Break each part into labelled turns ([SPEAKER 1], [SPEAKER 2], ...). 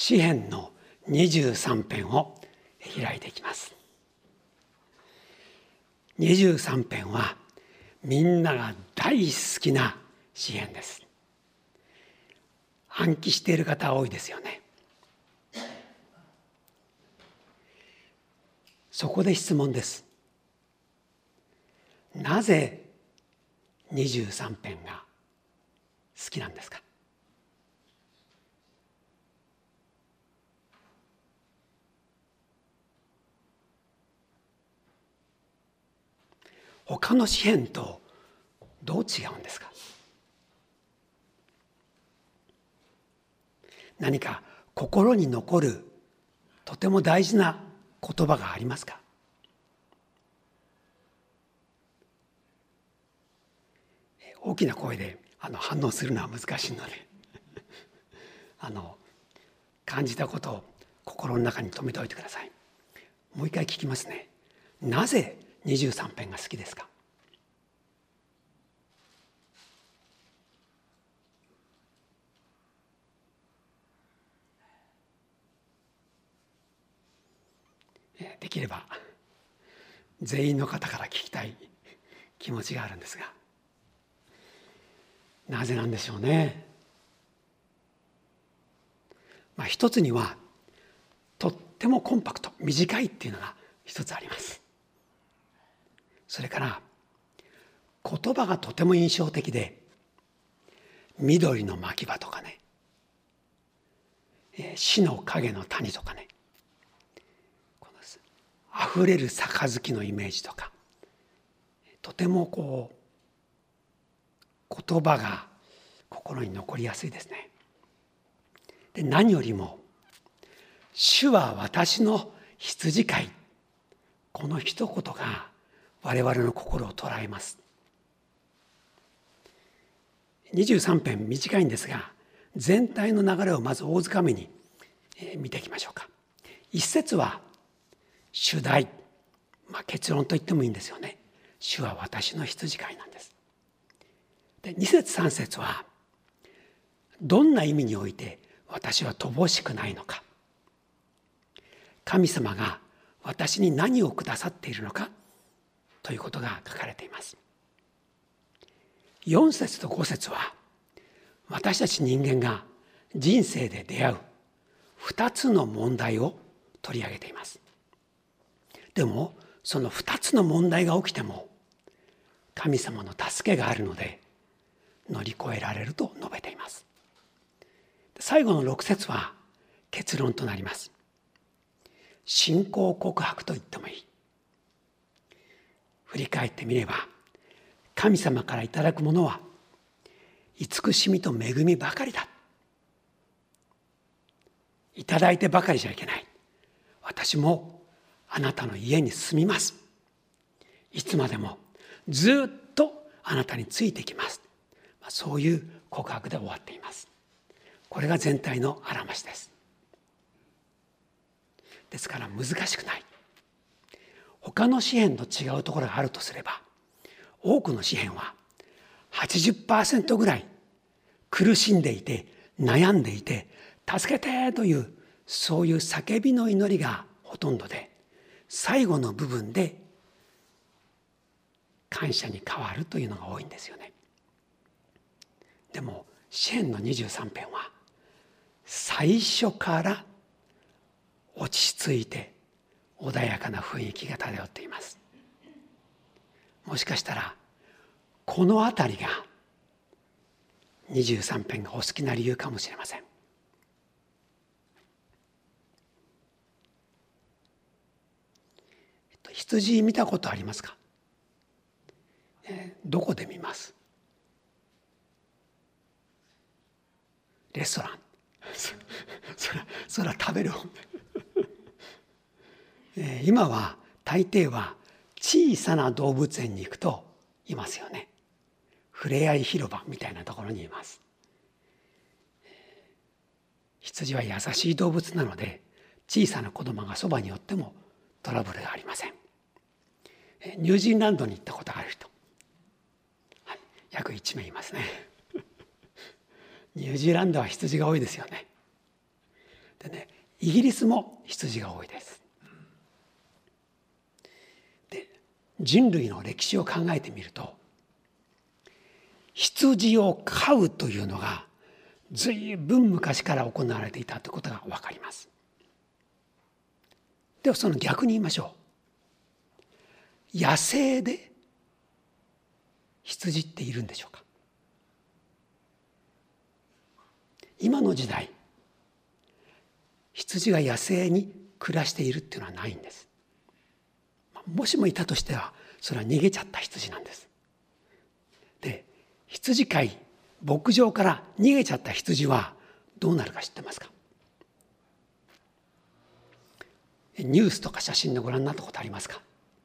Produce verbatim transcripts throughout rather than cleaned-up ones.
[SPEAKER 1] 詩編のにじゅうさん編を開いていきます。にじゅうさん編はみんなが大好きな詩編です。暗記している方多いですよね。そこで質問です。なぜにじゅうさん編が好きなんですか？他の詩編とどう違うんですか？何か心に残るとても大事な言葉がありますか？大きな声であの反応するのは難しいのであの感じたことを心の中に留めておいてください。もう一回聞きますね。なぜにじゅうさん編が好きですか？できれば全員の方から聞きたい気持ちがあるんですが、なぜなんでしょうね。まあ一つにはとってもコンパクト、短いっていうのが一つあります。それから言葉がとても印象的で、緑の牧場とかね、死の影の谷とかね、あふれる杯のイメージとか、とてもこう言葉が心に残りやすいですね。で、何よりも主は私の羊飼い、この一言が我々の心を捉えます。にじゅうさん編短いんですが、全体の流れをまず大掴みに見ていきましょうか。一節は主題、まあ、結論と言ってもいいんですよね。主は私の羊飼いなんです。で、二節三節はどんな意味において私は乏しくないのか、神様が私に何をくださっているのかということが書かれています。四節と五節は私たち人間が人生で出会う二つの問題を取り上げています。でもその二つの問題が起きても神様の助けがあるので乗り越えられると述べています。最後の六節は結論となります。信仰告白と言ってもいい。振り返ってみれば、神様からいただくものは慈しみと恵みばかりだ。いただいてばかりじゃいけない。私もあなたの家に住みます。いつまでもずっとあなたについてきます。そういう告白で終わっています。これが全体のあらましです。ですから難しくない。他の詩篇と違うところがあるとすれば、多くの詩篇は はちじゅっパーセント ぐらい苦しんでいて悩んでいて助けてというそういう叫びの祈りがほとんどで、最後の部分で感謝に変わるというのが多いんですよね。でも詩篇のにじゅうさん編は最初から落ち着いて穏やかな雰囲気が漂っています。もしかしたらこのあたりがにじゅうさん編がお好きな理由かもしれません。羊見たことありますか？えー、どこで見ます？レストランそれそれは食べる方えー、今は大抵は小さな動物園に行くといますよね。ふれあい広場みたいなところにいます。羊は優しい動物なので小さな子供がそばに寄ってもトラブルがありません。ニュージーランドに行ったことがある人、はい、約いち名いますねニュージーランドは羊が多いですよね。 でね、イギリスも羊が多いです。で、人類の歴史を考えてみると、羊を飼うというのがずいぶん昔から行われていたということが分かります。ではその逆に言いましょう。野生で羊っているんでしょうか。今の時代、羊が野生に暮らしているっていうのはないんです。もしもいたとしては、それは逃げちゃった羊なんです。で、羊飼い、牧場から逃げちゃった羊はどうなるか知ってますか。ニュースとか写真でご覧になったことありますか。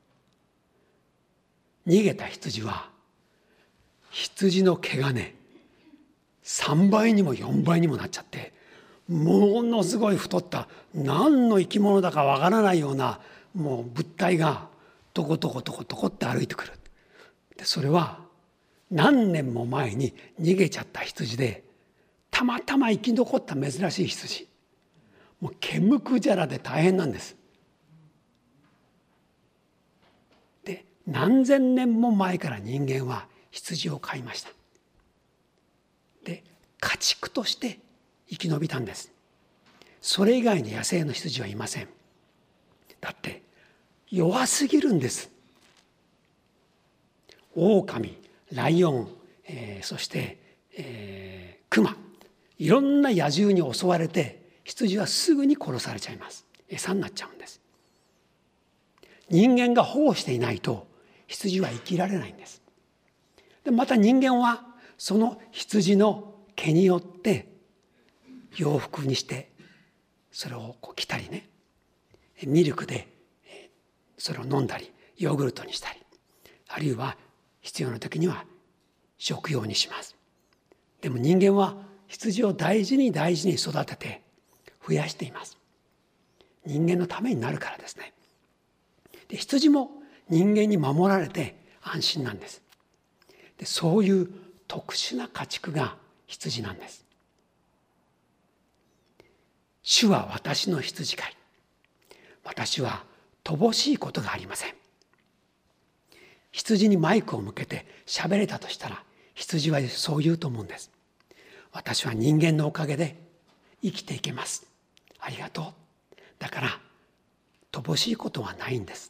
[SPEAKER 1] 逃げた羊は、羊の毛がね、さんばいにもよんばいにもなっちゃって、ものすごい太った何の生き物だかわからないようなもう物体がトコトコトコトコって歩いてくる。でそれは何年も前に逃げちゃった羊で、たまたま生き残った珍しい羊。もう毛むくじゃらで大変なんです。で何千年も前から人間は羊を飼いました。で家畜として生き延びたんです。それ以外に野生の羊はいません。だって弱すぎるんです。狼、ライオン、えー、そして、えー、クマ、いろんな野獣に襲われて羊はすぐに殺されちゃいます。餌になっちゃうんです。人間が保護していないと羊は生きられないんです。でまた人間はその羊の毛によって洋服にしてそれをこう着たりね、ミルクでそれを飲んだりヨーグルトにしたり、あるいは必要な時には食用にします。でも人間は羊を大事に大事に育てて増やしています。人間のためになるからですね。で羊も人間に守られて安心なんです。でそういう特殊な家畜が羊なんです。主は私の羊飼い。私は乏しいことがありません。羊にマイクを向けて喋れたとしたら、羊はそう言うと思うんです。私は人間のおかげで生きていけます。ありがとう。だから乏しいことはないんです。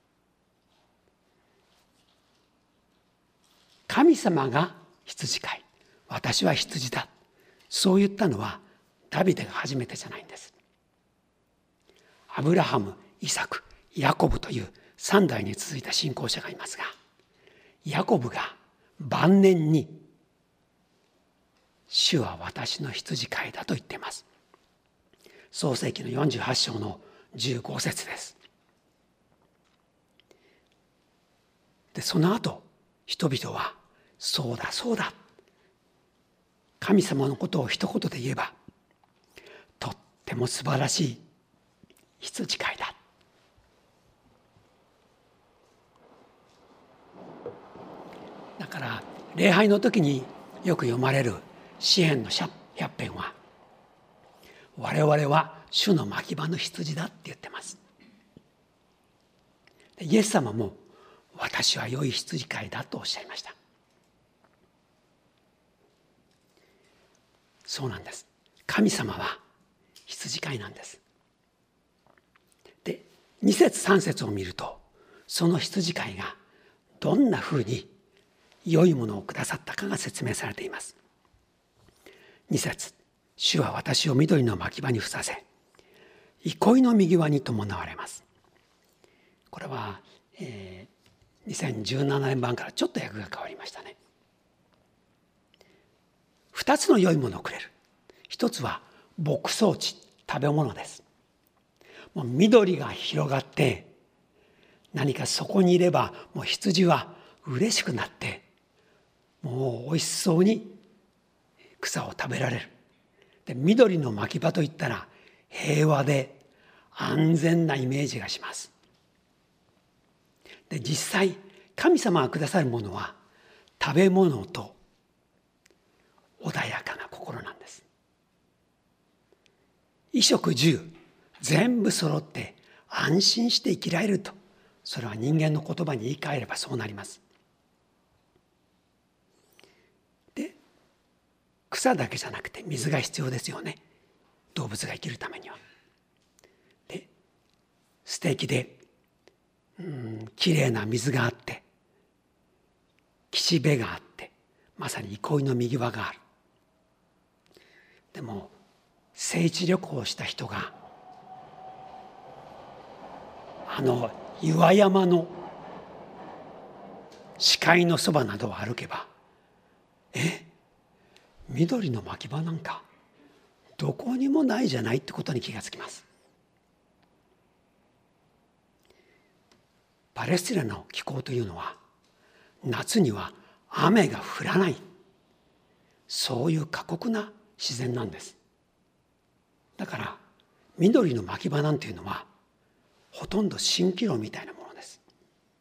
[SPEAKER 1] 神様が羊飼い、私は羊だ。そう言ったのはダビデが初めてじゃないんです。アブラハム、イサク、ヤコブという三代に続いた信仰者がいますが、ヤコブが晩年に主は私の羊飼いだと言っています。創世記のよんじゅうはち章のじゅうご節です。でその後人々はそうだそうだ、神様のことを一言で言えばとっても素晴らしい羊飼いだ。だから礼拝の時によく読まれる詩編のひゃっ編は、我々は主の牧場の羊だって言ってます。イエス様も私は良い羊飼いだとおっしゃいました。そうなんです。神様は羊飼いなんです。でに節さん節を見ると、その羊飼いがどんなふうに良いものをくださったかが説明されています。に節、主は私を緑の牧場にふさせ、憩いの右輪に伴われます。これは、えー、にせんじゅうななねん版からちょっと訳が変わりましたね。二つの良いものをくれる。一つは牧草地、食べ物です。もう緑が広がって、何かそこにいればもう羊は嬉しくなって、もうおいしそうに草を食べられる。で緑の牧場といったら平和で安全なイメージがします。で実際神様がくださるものは食べ物と穏やかな心なんです。生衣食住全部揃って安心して生きられると、それは人間の言葉に言い換えればそうなります。で、草だけじゃなくて水が必要ですよね、動物が生きるためには。で、素敵でうんきれいな水があって、岸辺があって、まさに憩いの右輪がある。でも聖地旅行をした人があの岩山の視界のそばなどを歩けば、え緑の牧場なんかどこにもないじゃないってことに気がつきます。パレスチナの気候というのは夏には雨が降らない、そういう過酷な自然なんです。だから緑の牧場なんていうのはほとんど蜃気楼みたいなものです。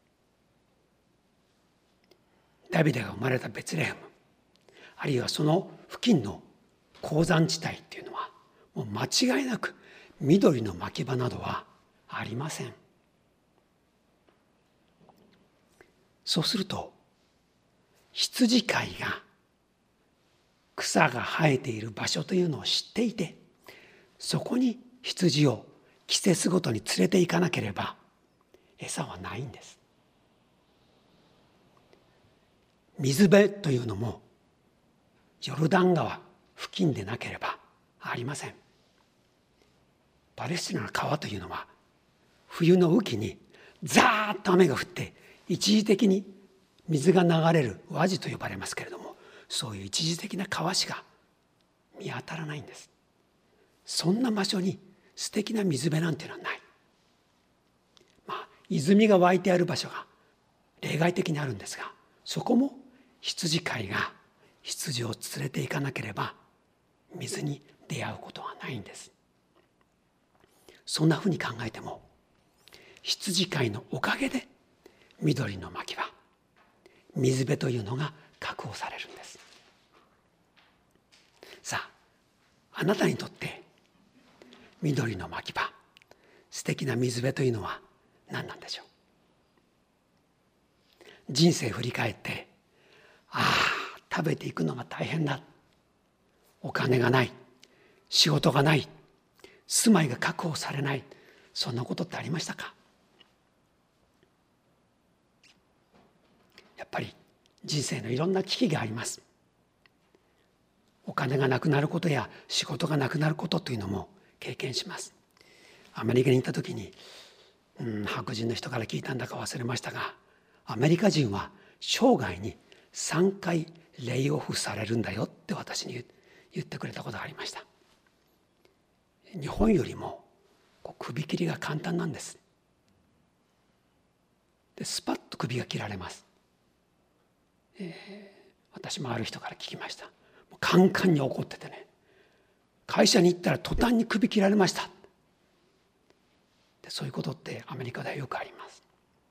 [SPEAKER 1] ダビデが生まれたベツレヘム、あるいはその付近の鉱山地帯っていうのはもう間違いなく緑の牧場などはありません。そうすると羊飼いが草が生えている場所というのを知っていて、そこに羊を季節ごとに連れて行かなければ餌はないんです。水辺というのもヨルダン川付近でなければありません。パレスチナの川というのは冬の雨季にザーッと雨が降って一時的に水が流れる和地と呼ばれますけれども、そういう一時的な川しか見当たらないんです。そんな場所に素敵な水辺なんていうのはない。まあ泉が湧いてある場所が例外的にあるんですが、そこも羊飼いが羊を連れて行かなければ水に出会うことはないんです。そんなふうに考えても羊飼いのおかげで緑の牧場、水辺というのが確保されるんです。さあ、あなたにとって緑の牧場、素敵な水辺というのは何なんでしょう。人生振り返って、ああ食べていくのが大変だ、お金がない、仕事がない、住まいが確保されない、そんなことってありましたか。やっぱり人生のいろんな危機があります。お金がなくなることや仕事がなくなることというのも経験します。アメリカに行った時に、うん、白人の人から聞いたんだか忘れましたが、アメリカ人は生涯にさんかいレイオフされるんだよって私に言ってくれたことがありました。日本よりもこう首切りが簡単なんです。でスパッと首が切られます。えー、私もある人から聞きました。もうカンカンに怒っててね、会社に行ったら途端に首切られましたで、そういうことってアメリカではよくあります。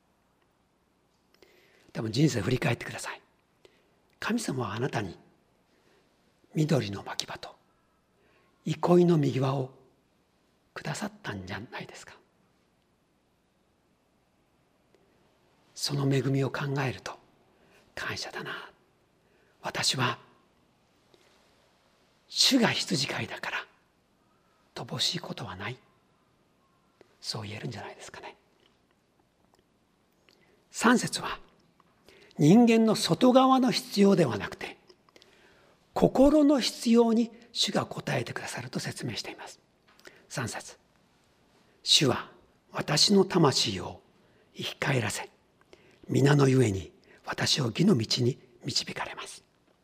[SPEAKER 1] でも人生振り返ってください。神様はあなたに緑の牧場と憩いの右輪をくださったんじゃないですか。その恵みを考えると感謝だな、私は主が羊飼いだから乏しいことはない、そう言えるんじゃないですかね。さん節は人間の外側の必要ではなくて心の必要に主が応えてくださると説明しています。さん節、主は私の魂を生き返らせ、皆のゆえに私を義の道に導かれます。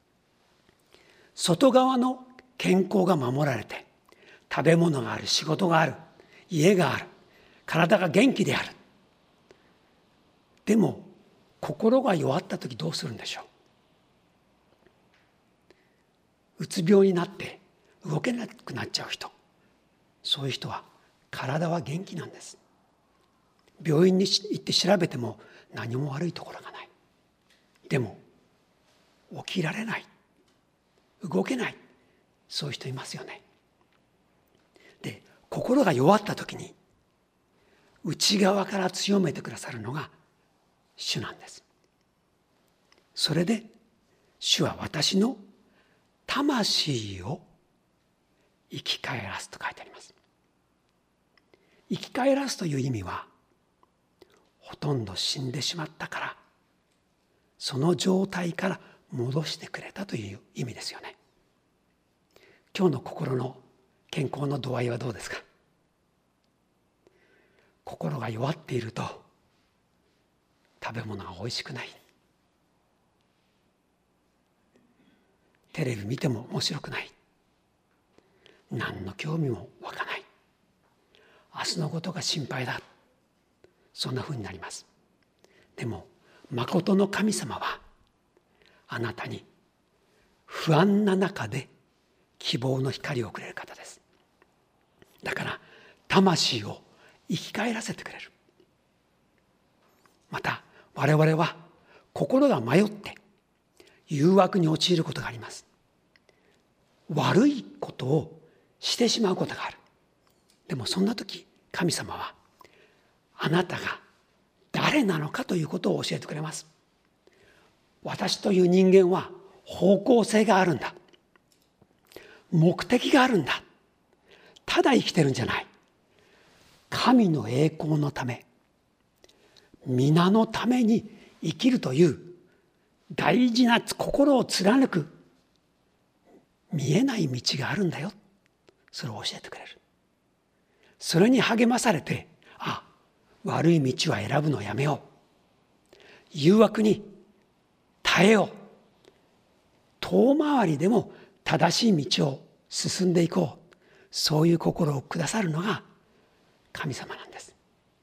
[SPEAKER 1] 外側の健康が守られて、食べ物がある、仕事がある、家がある、体が元気である。でも心が弱った時どうするんでしょう。うつ病になって動けなくなっちゃう人、そういう人は体は元気なんです。病院に行って調べても何も悪いところがない。でも起きられない、動けない、そういう人いますよね。で、 心が弱った時に内側から強めてくださるのが主なんです。それで主は私の魂を生き返らすと書いてあります。生き返らすという意味は、ほとんど死んでしまったからその状態から戻してくれたという意味ですよね。今日の心の健康の度合いはどうですか？心が弱っていると食べ物がおいしくない、テレビ見ても面白くない、何の興味も湧かない、明日のことが心配だ、そんなふうになります。でも誠の神様はあなたに不安な中で希望の光をくれる方です。だから魂を生き返らせてくれる。また我々は心が迷って誘惑に陥ることがあります。悪いことをしてしまうことがある。でもそんな時、神様はあなたが誰なのかということを教えてくれます。私という人間は方向性があるんだ、目的があるんだ、ただ生きてるんじゃない、神の栄光のため、皆のために生きるという大事な心を貫く見えない道があるんだよ、それを教えてくれる。それに励まされて、あ、悪い道は選ぶのをやめよう、誘惑に耐えよう、遠回りでも正しい道を進んでいこう、そういう心をくださるのが神様なんです。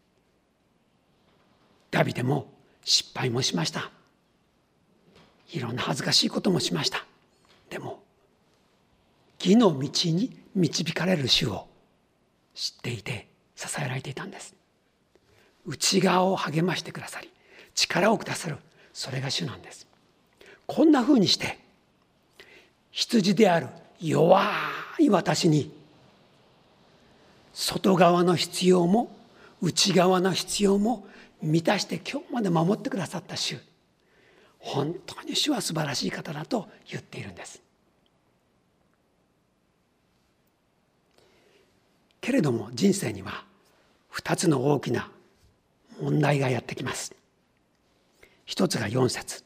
[SPEAKER 1] ダビデも失敗もしました。いろんな恥ずかしいこともしました。でも義の道に導かれる主を知っていて支えられていたんです。内側を励ましてくださり、力をくださる、それが主なんです。こんなふうにして羊である弱い私に外側の必要も内側の必要も満たして今日まで守ってくださった主、本当に主は素晴らしい方だと言っているんです。けれども人生には二つの大きな問題がやってきます。一つが四節、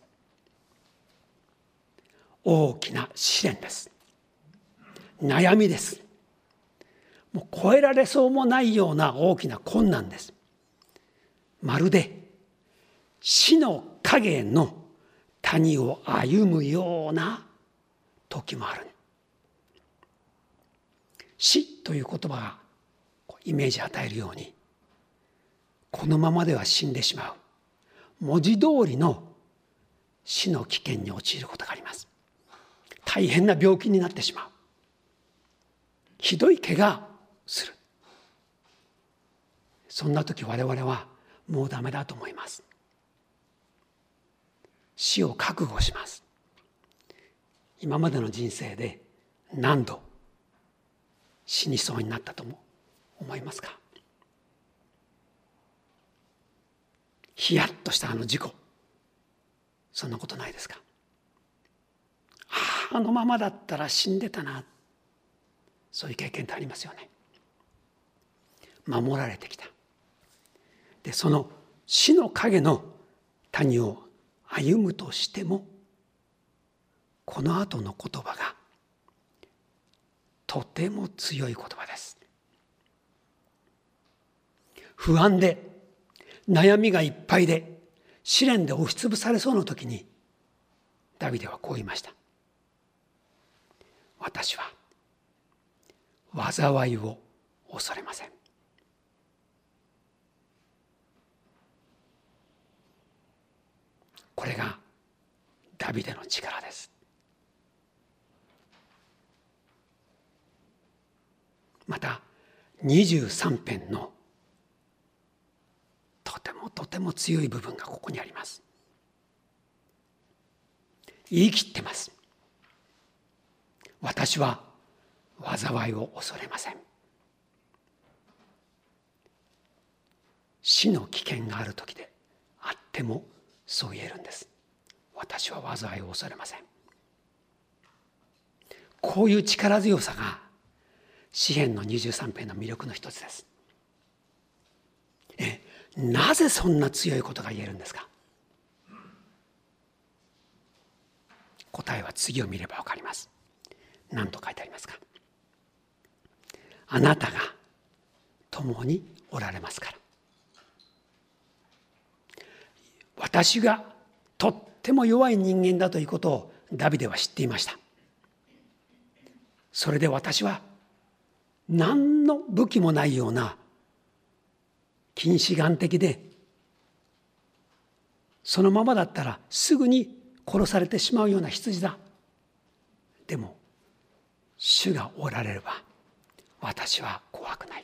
[SPEAKER 1] 大きな試練です。悩みです。もう超えられそうもないような大きな困難です。まるで死の影の谷を歩むような時もある。死という言葉がイメージを与えるように、このままでは死んでしまう、文字通りの死の危険に陥ることがあります。大変な病気になってしまう、ひどい怪我をする。そんな時我々はもうダメだと思います。死を覚悟します。今までの人生で何度死にそうになったとも思いますか？ヒヤッとしたあの事故、そんなことないですか？ああ、あのままだったら死んでたな、そういう経験ってありますよね。守られてきた。で、その死の影の谷を歩むとしても、この後の言葉がとても強い言葉です。不安で悩みがいっぱいで試練で押しつぶされそうな時に、ダビデはこう言いました。私は災いを恐れません。これがダビデの力です。またにじゅうさん編のとてもとても強い部分がここにあります。言い切ってます。私は災いを恐れません。 死の危険がある時であってもそう言えるんです。私は災いを恐れません。こういう力強さが詩編のにじゅうさん編の魅力の一つです。え、なぜそんな強いことが言えるんですか？答えは次を見ればわかります。何と書いてありますか？あなたが共におられますから。私がとっても弱い人間だということをダビデは知っていました。それで私は何の武器もないような近視眼的で、そのままだったらすぐに殺されてしまうような羊だ。でも主がおられれば私は怖くない。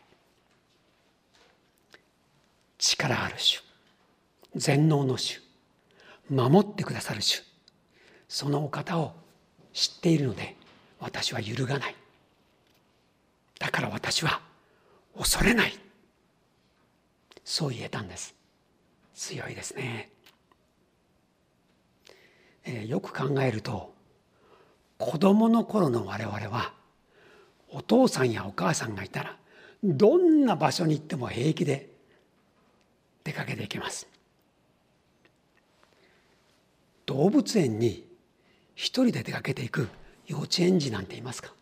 [SPEAKER 1] 力ある主、全能の主、守ってくださる主、そのお方を知っているので私は揺るがない。だから私は恐れない。そう言えたんです。強いですね。えー、よく考えると、子供の頃の我々はお父さんやお母さんがいたらどんな場所に行っても平気で出かけていけます。動物園に一人で出かけていく幼稚園児なんていますか？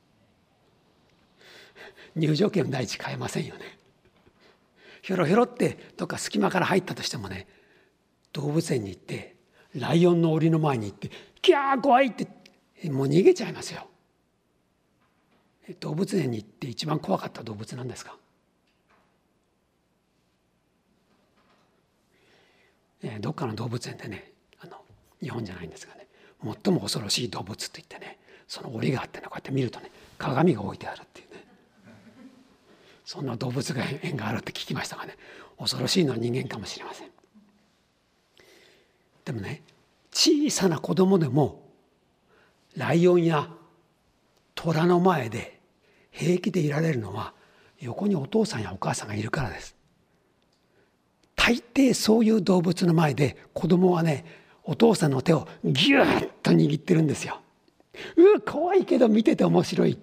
[SPEAKER 1] 入場券を第一買えませんよね。ひょろひょろってどっか隙間から入ったとしてもね、動物園に行ってライオンの檻の前に行ってキャー怖いってもう逃げちゃいますよ。動物園に行って一番怖かった動物なんですか？どっかの動物園でね、あの日本じゃないんですがね、最も恐ろしい動物といってね、その檻があってね、こうやって見るとね、鏡が置いてあるっていうね、そんな動物園があるって聞きましたがね、恐ろしいのは人間かもしれません。でもね、小さな子供でもライオンや虎の前で平気でいられるのは横にお父さんやお母さんがいるからです。大抵そういう動物の前で子供はね、お父さんの手をギュッと握ってるんですよ。うわ怖いけど見てて面白い。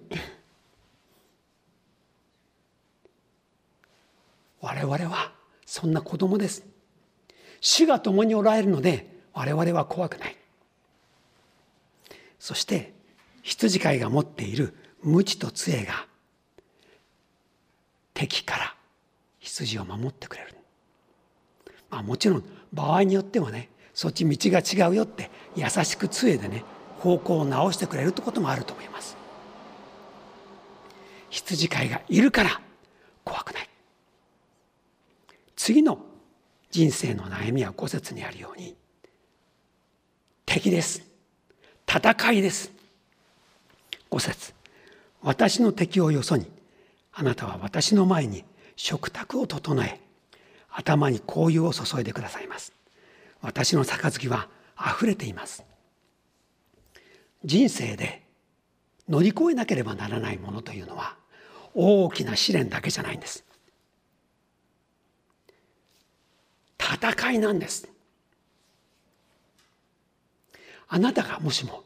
[SPEAKER 1] 我々はそんな子供です。主が共におられるので我々は怖くない。そして羊飼いが持っている鞭と杖が敵から羊を守ってくれる。まあ、もちろん場合によってはね、そっち道が違うよって優しく杖でね、方向を直してくれるってこともあると思います。羊飼いがいるから怖くない。次の人生の悩みはご節にあるように、敵です。戦いです。ご節、私の敵をよそに、あなたは私の前に食卓を整え、頭に香油を注いでくださいます。私の杯はあふれています。人生で乗り越えなければならないものというのは大きな試練だけじゃないんです。戦いなんです。あなたがもしも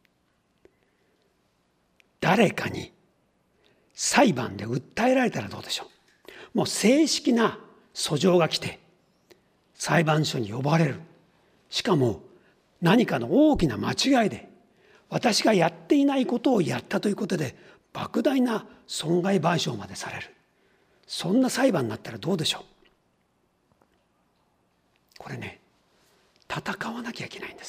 [SPEAKER 1] 誰かに裁判で訴えられたらどうでしょう。もう正式な訴状が来て裁判所に呼ばれる。しかも何かの大きな間違いで私がやっていないことをやったということで莫大な損害賠償までされる。そんな裁判になったらどうでしょう。これね、戦わなきゃいけないんです。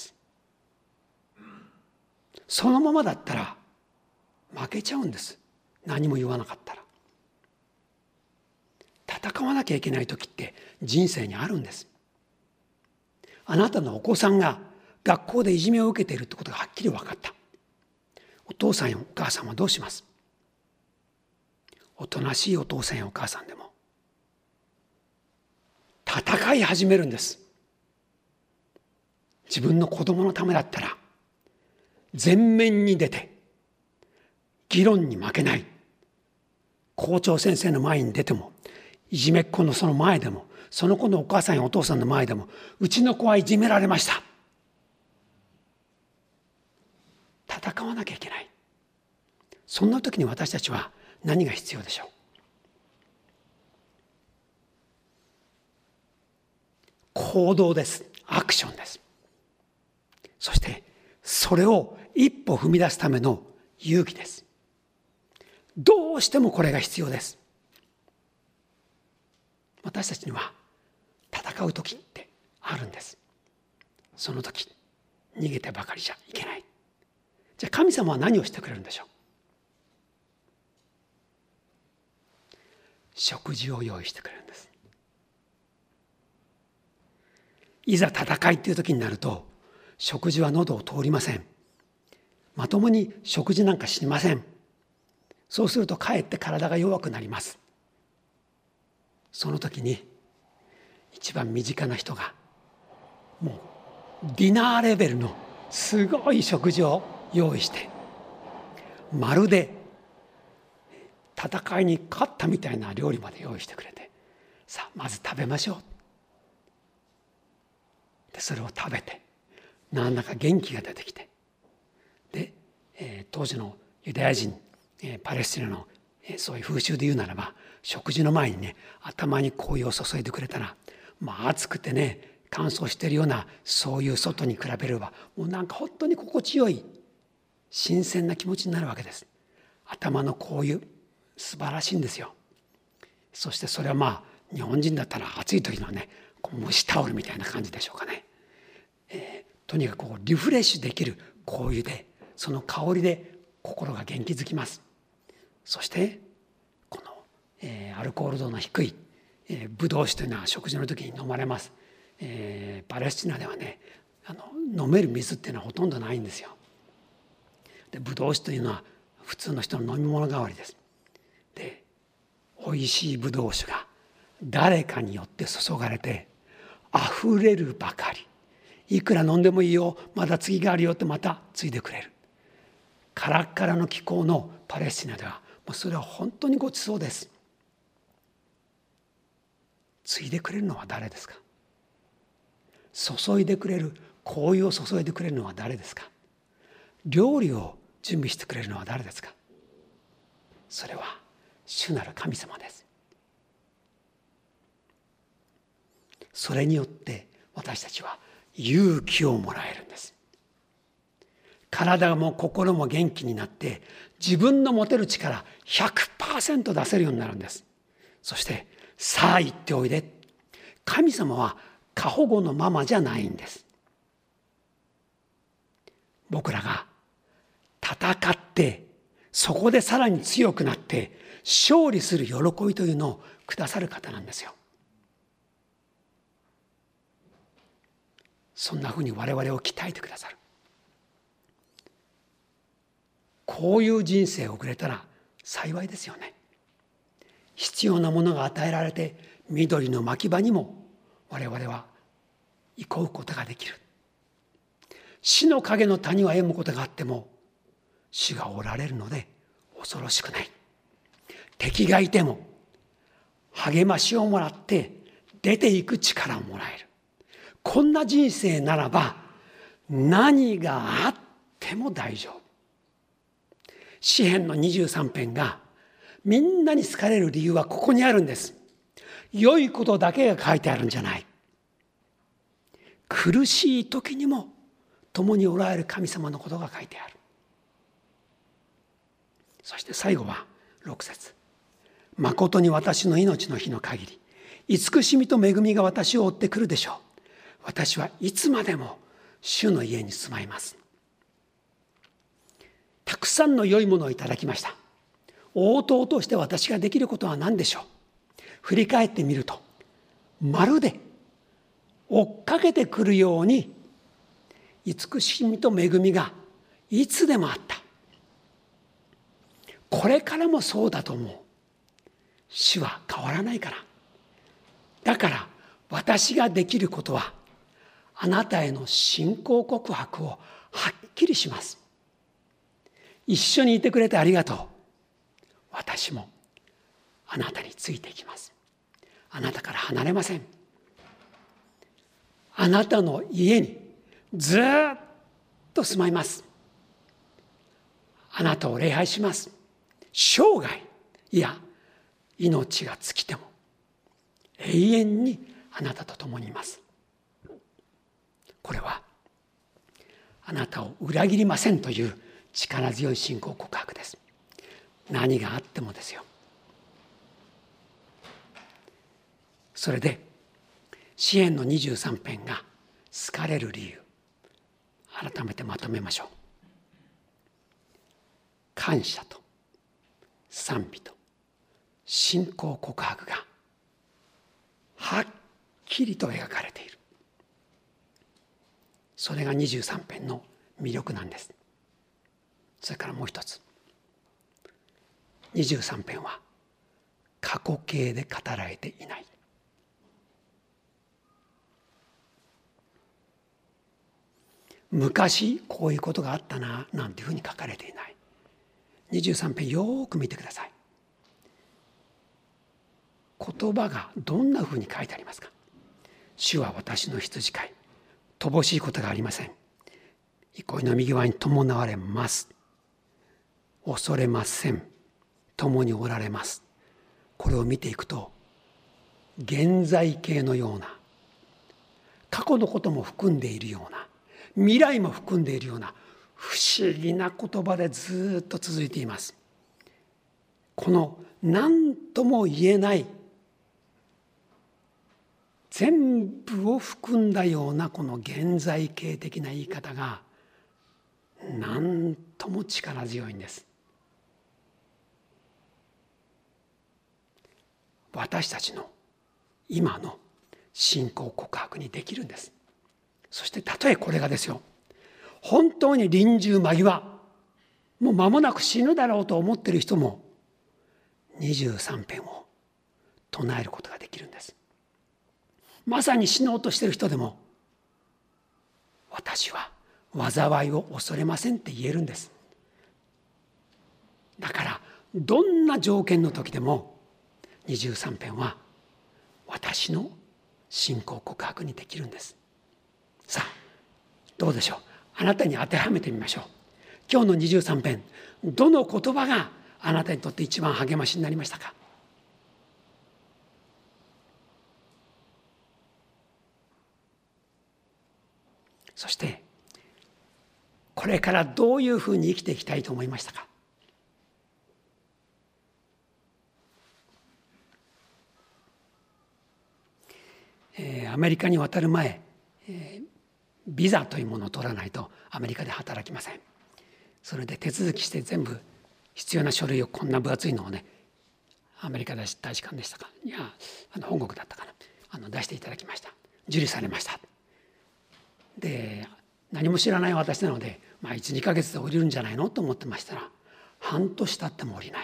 [SPEAKER 1] そのままだったら負けちゃうんです。何も言わなかったら。戦わなきゃいけない時って人生にあるんです。あなたのお子さんが学校でいじめを受けているってことがはっきり分かった。お父さんやお母さんはどうします？おとなしいお父さんやお母さんでも戦い始めるんです。自分の子供のためだったら前面に出て議論に負けない。校長先生の前に出てもいじめっ子のその前でも、その子のお母さんやお父さんの前でも、うちの子はいじめられました。戦わなきゃいけない。そんな時に私たちは何が必要でしょう。行動です。アクションです。そしてそれを一歩踏み出すための勇気です。どうしてもこれが必要です。私たちには戦う時ってあるんです。その時逃げてばかりじゃいけない。じゃあ神様は何をしてくれるんでしょう。食事を用意してくれるんです。いざ戦いっていう時になると、食事は喉を通りません。まともに食事なんかしません。そうするとかえって体が弱くなります。その時に一番身近な人がもうディナーレベルのすごい食事を用意して、まるで戦いに勝ったみたいな料理まで用意してくれて、さあまず食べましょう。でそれを食べて何だか元気が出てきて、で、えー、当時のユダヤ人、えー、パレスチナの、えー、そういう風習で言うならば、食事の前にね頭に香油を注いでくれたら、まあ暑くてね乾燥しているようなそういう外に比べればもうなんか本当に心地よい新鮮な気持ちになるわけです。頭の香油素晴らしいんですよ。そしてそれはまあ日本人だったら暑い時のねこう蒸しタオルみたいな感じでしょうかね。えー、とにかくこうリフレッシュできる香油で、その香りで心が元気づきます。そしてこの、えー、アルコール度の低い、えー、ブドウ酒というのは食事の時に飲まれます。えー、パレスチナではねあの飲める水っていうのはほとんどないんですよ。でブドウ酒というのは普通の人の飲み物代わりです。でおいしいブドウ酒が誰かによって注がれて溢れるばかり。いくら飲んでもいいよ、まだ次があるよってまたついでくれる。カラッカラの気候のパレスチナではもうそれは本当にごちそうです。ついでくれるのは誰ですか。注いでくれる、香油を注いでくれるのは誰ですか。料理を準備してくれるのは誰ですか。それは主なる神様です。それによって私たちは勇気をもらえるんです。体も心も元気になって自分の持てる力 ひゃくパーセント 出せるようになるんです。そしてさあ行っておいで。神様は過保護のままじゃないんです。僕らが戦ってそこでさらに強くなって勝利する喜びというのをくださる方なんですよ。そんなふうに我々を鍛えてくださる。こういう人生を送れたら幸いですよね。必要なものが与えられて緑の牧場にも我々は憩うことができる。死の影の谷は歩むことがあっても主がおられるので恐ろしくない。敵がいても励ましをもらって出ていく力をもらえる。こんな人生ならば何があっても大丈夫。詩編のにじゅうさん編がみんなに好かれる理由はここにあるんです。良いことだけが書いてあるんじゃない。苦しい時にも共におられる神様のことが書いてある。そして最後はろく節。誠に私の命の日の限り慈しみと恵みが私を追ってくるでしょう。私はいつまでも主の家に住まいます。たくさんの良いものをいただきました。応答として私ができることは何でしょう。振り返ってみるとまるで追っかけてくるように慈しみと恵みがいつでもあった。これからもそうだと思う。主は変わらないから。だから私ができることはあなたへの信仰告白をはっきりします。一緒にいてくれてありがとう。私もあなたについていきます。 あなたから離れません。あなたの家にずっと住まいます。あなたを礼拝します。生涯、いや命が尽きても永遠にあなたと共にいます。これはあなたを裏切りませんという力強い信仰告白です。何があってもですよ。それで詩編のにじゅうさん編が好かれる理由、改めてまとめましょう。感謝と賛美と信仰告白がはっきりと描かれている。それがにじゅうさん編の魅力なんです。それからもう一つ、にじゅうさん編は過去形で語られていない。昔こういうことがあったななんていうふうに書かれていない。にじゅうさん編よく見てください。言葉がどんなふうに書いてありますか。主は私の羊飼い、乏しいことがありません。憩いの右側に伴われます。恐れません。共におられます。これを見ていくと、現在形のような、過去のことも含んでいるような、未来も含んでいるような不思議な言葉でずっと続いています。この何とも言えない全部を含んだようなこの現在形的な言い方が何とも力強いんです。私たちの今の信仰告白にできるんです。そしてたとえこれがですよ、本当に臨終間際、もう間もなく死ぬだろうと思っている人もにじゅうさん編を唱えることができるんです。まさに死のうとしている人でも、私は災いを恐れませんって言えるんです。だからどんな条件の時でもにじゅうさん編は私の信仰告白にできるんです。さあどうでしょう。あなたに当てはめてみましょう。今日のにじゅうさん編、どの言葉があなたにとって一番励ましになりましたか。そしてこれからどういうふうに生きていきたいと思いましたか。えー、アメリカに渡る前、えー、ビザというものを取らないとアメリカで働きません。それで手続きして全部必要な書類を、こんな分厚いのをね、アメリカ大使館でしたか、いやあの本国だったかな、あの出していただきました。受理されました。で何も知らない私なので、まあ、いちにかげつで降りるんじゃないのと思ってましたら、半年経っても降りない、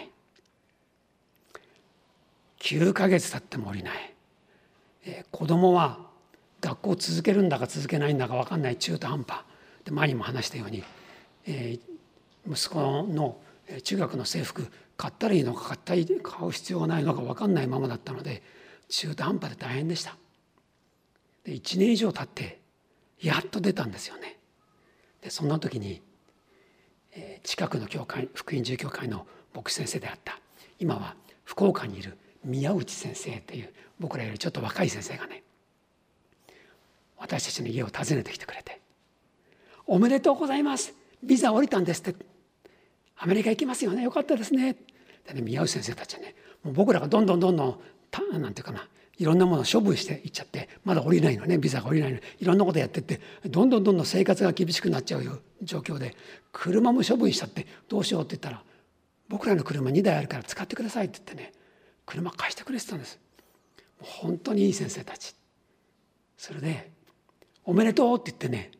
[SPEAKER 1] きゅうかげつ経っても降りない、えー、子供は学校を続けるんだか続けないんだか分かんない中途半端で、前にも話したように、えー、息子の中学の制服買ったらいいのか買ったり買う必要がないのか分かんないままだったので、中途半端で大変でした。でいちねん以上経ってやっと出たんですよね。でそんな時に、えー、近くの教会、福音住教会の牧師先生であった、今は福岡にいる宮内先生という僕らよりちょっと若い先生がね、私たちの家を訪ねてきてくれて、おめでとうございます、ビザ降りたんですって、アメリカ行きますよね、よかったですね。でね、宮内先生たちはね、もう僕らがどんどんどんどんなんていうかな、いろんなものを処分していっちゃって、まだ降りないのね、ビザが降りないの、いろんなことやってって、どんどんどんどん生活が厳しくなっちゃう状況で、車も処分しちゃってどうしようって言ったら、僕らの車にだいあるから使ってくださいって言ってね、車貸してくれてたんです。もう本当にいい先生たち。それでおめでとうって言ってね、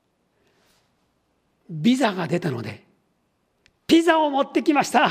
[SPEAKER 1] ビザが出たのでピザを持ってきました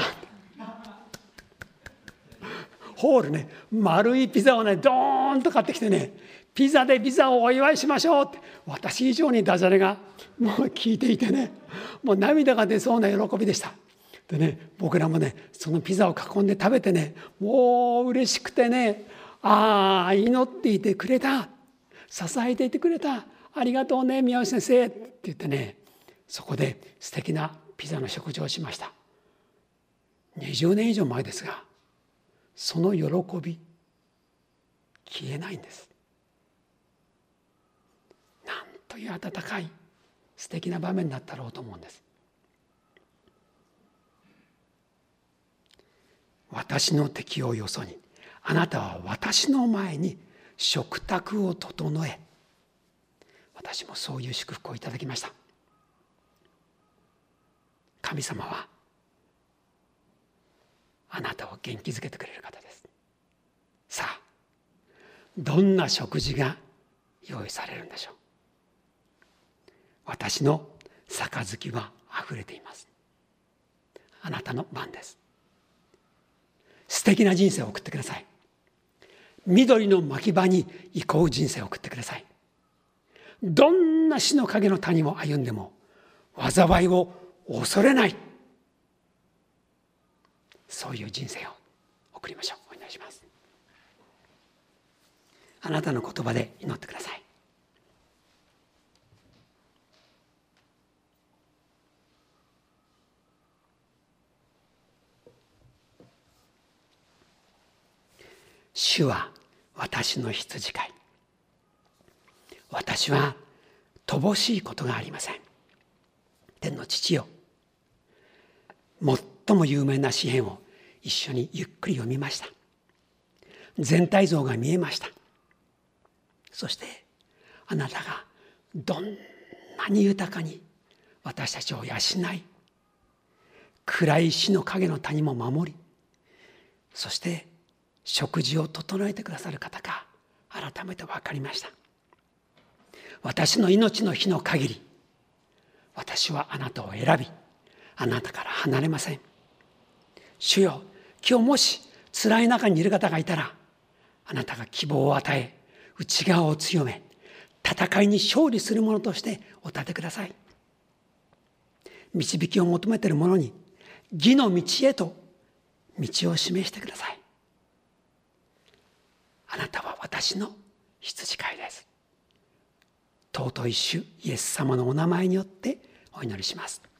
[SPEAKER 1] ホールね、丸いピザをねドーンと買ってきてね、ピザでビザをお祝いしましょうって、私以上にダジャレがもう聞いていてね、もう涙が出そうな喜びでした。でね、僕らもねそのピザを囲んで食べてね、もう嬉しくてね、 ああ、祈っていてくれた、支えていてくれた、ありがとうね宮内先生って言ってね、そこで素敵なピザの食事をしました。にじゅうねん以上前ですが、その喜び消えないんです。なんという温かい素敵な場面だったろうと思うんです。私の敵をよそに、あなたは私の前に食卓を整え、私もそういう祝福をいただきました。神様はあなたを元気づけてくれる方です。さあ、どんな食事が用意されるんでしょう。私の杯はあふれています。あなたの番です。素敵な人生を送ってください。緑の牧場に行こう人生を送ってください。どんな死の影の谷を歩んでも災いを恐れない、そういう人生を送りましょう。お願いします。あなたの言葉で祈ってください。主は私の羊飼い。私は乏しいことがありません。天の父よ、最も有名な詩篇を一緒にゆっくり読みました。全体像が見えました。そしてあなたがどんなに豊かに私たちを養い、暗い死の影の谷も守り、そして食事を整えてくださる方か改めて分かりました。私の命の日の限り、私はあなたを選び、あなたから離れません。主よ、今日もし辛い中にいる方がいたら、あなたが希望を与え、内側を強め、戦いに勝利する者としてお立てください。導きを求めている者に義の道へと道を示してください。あなたは私の羊飼いです。尊い主イエス様のお名前によってお祈りします。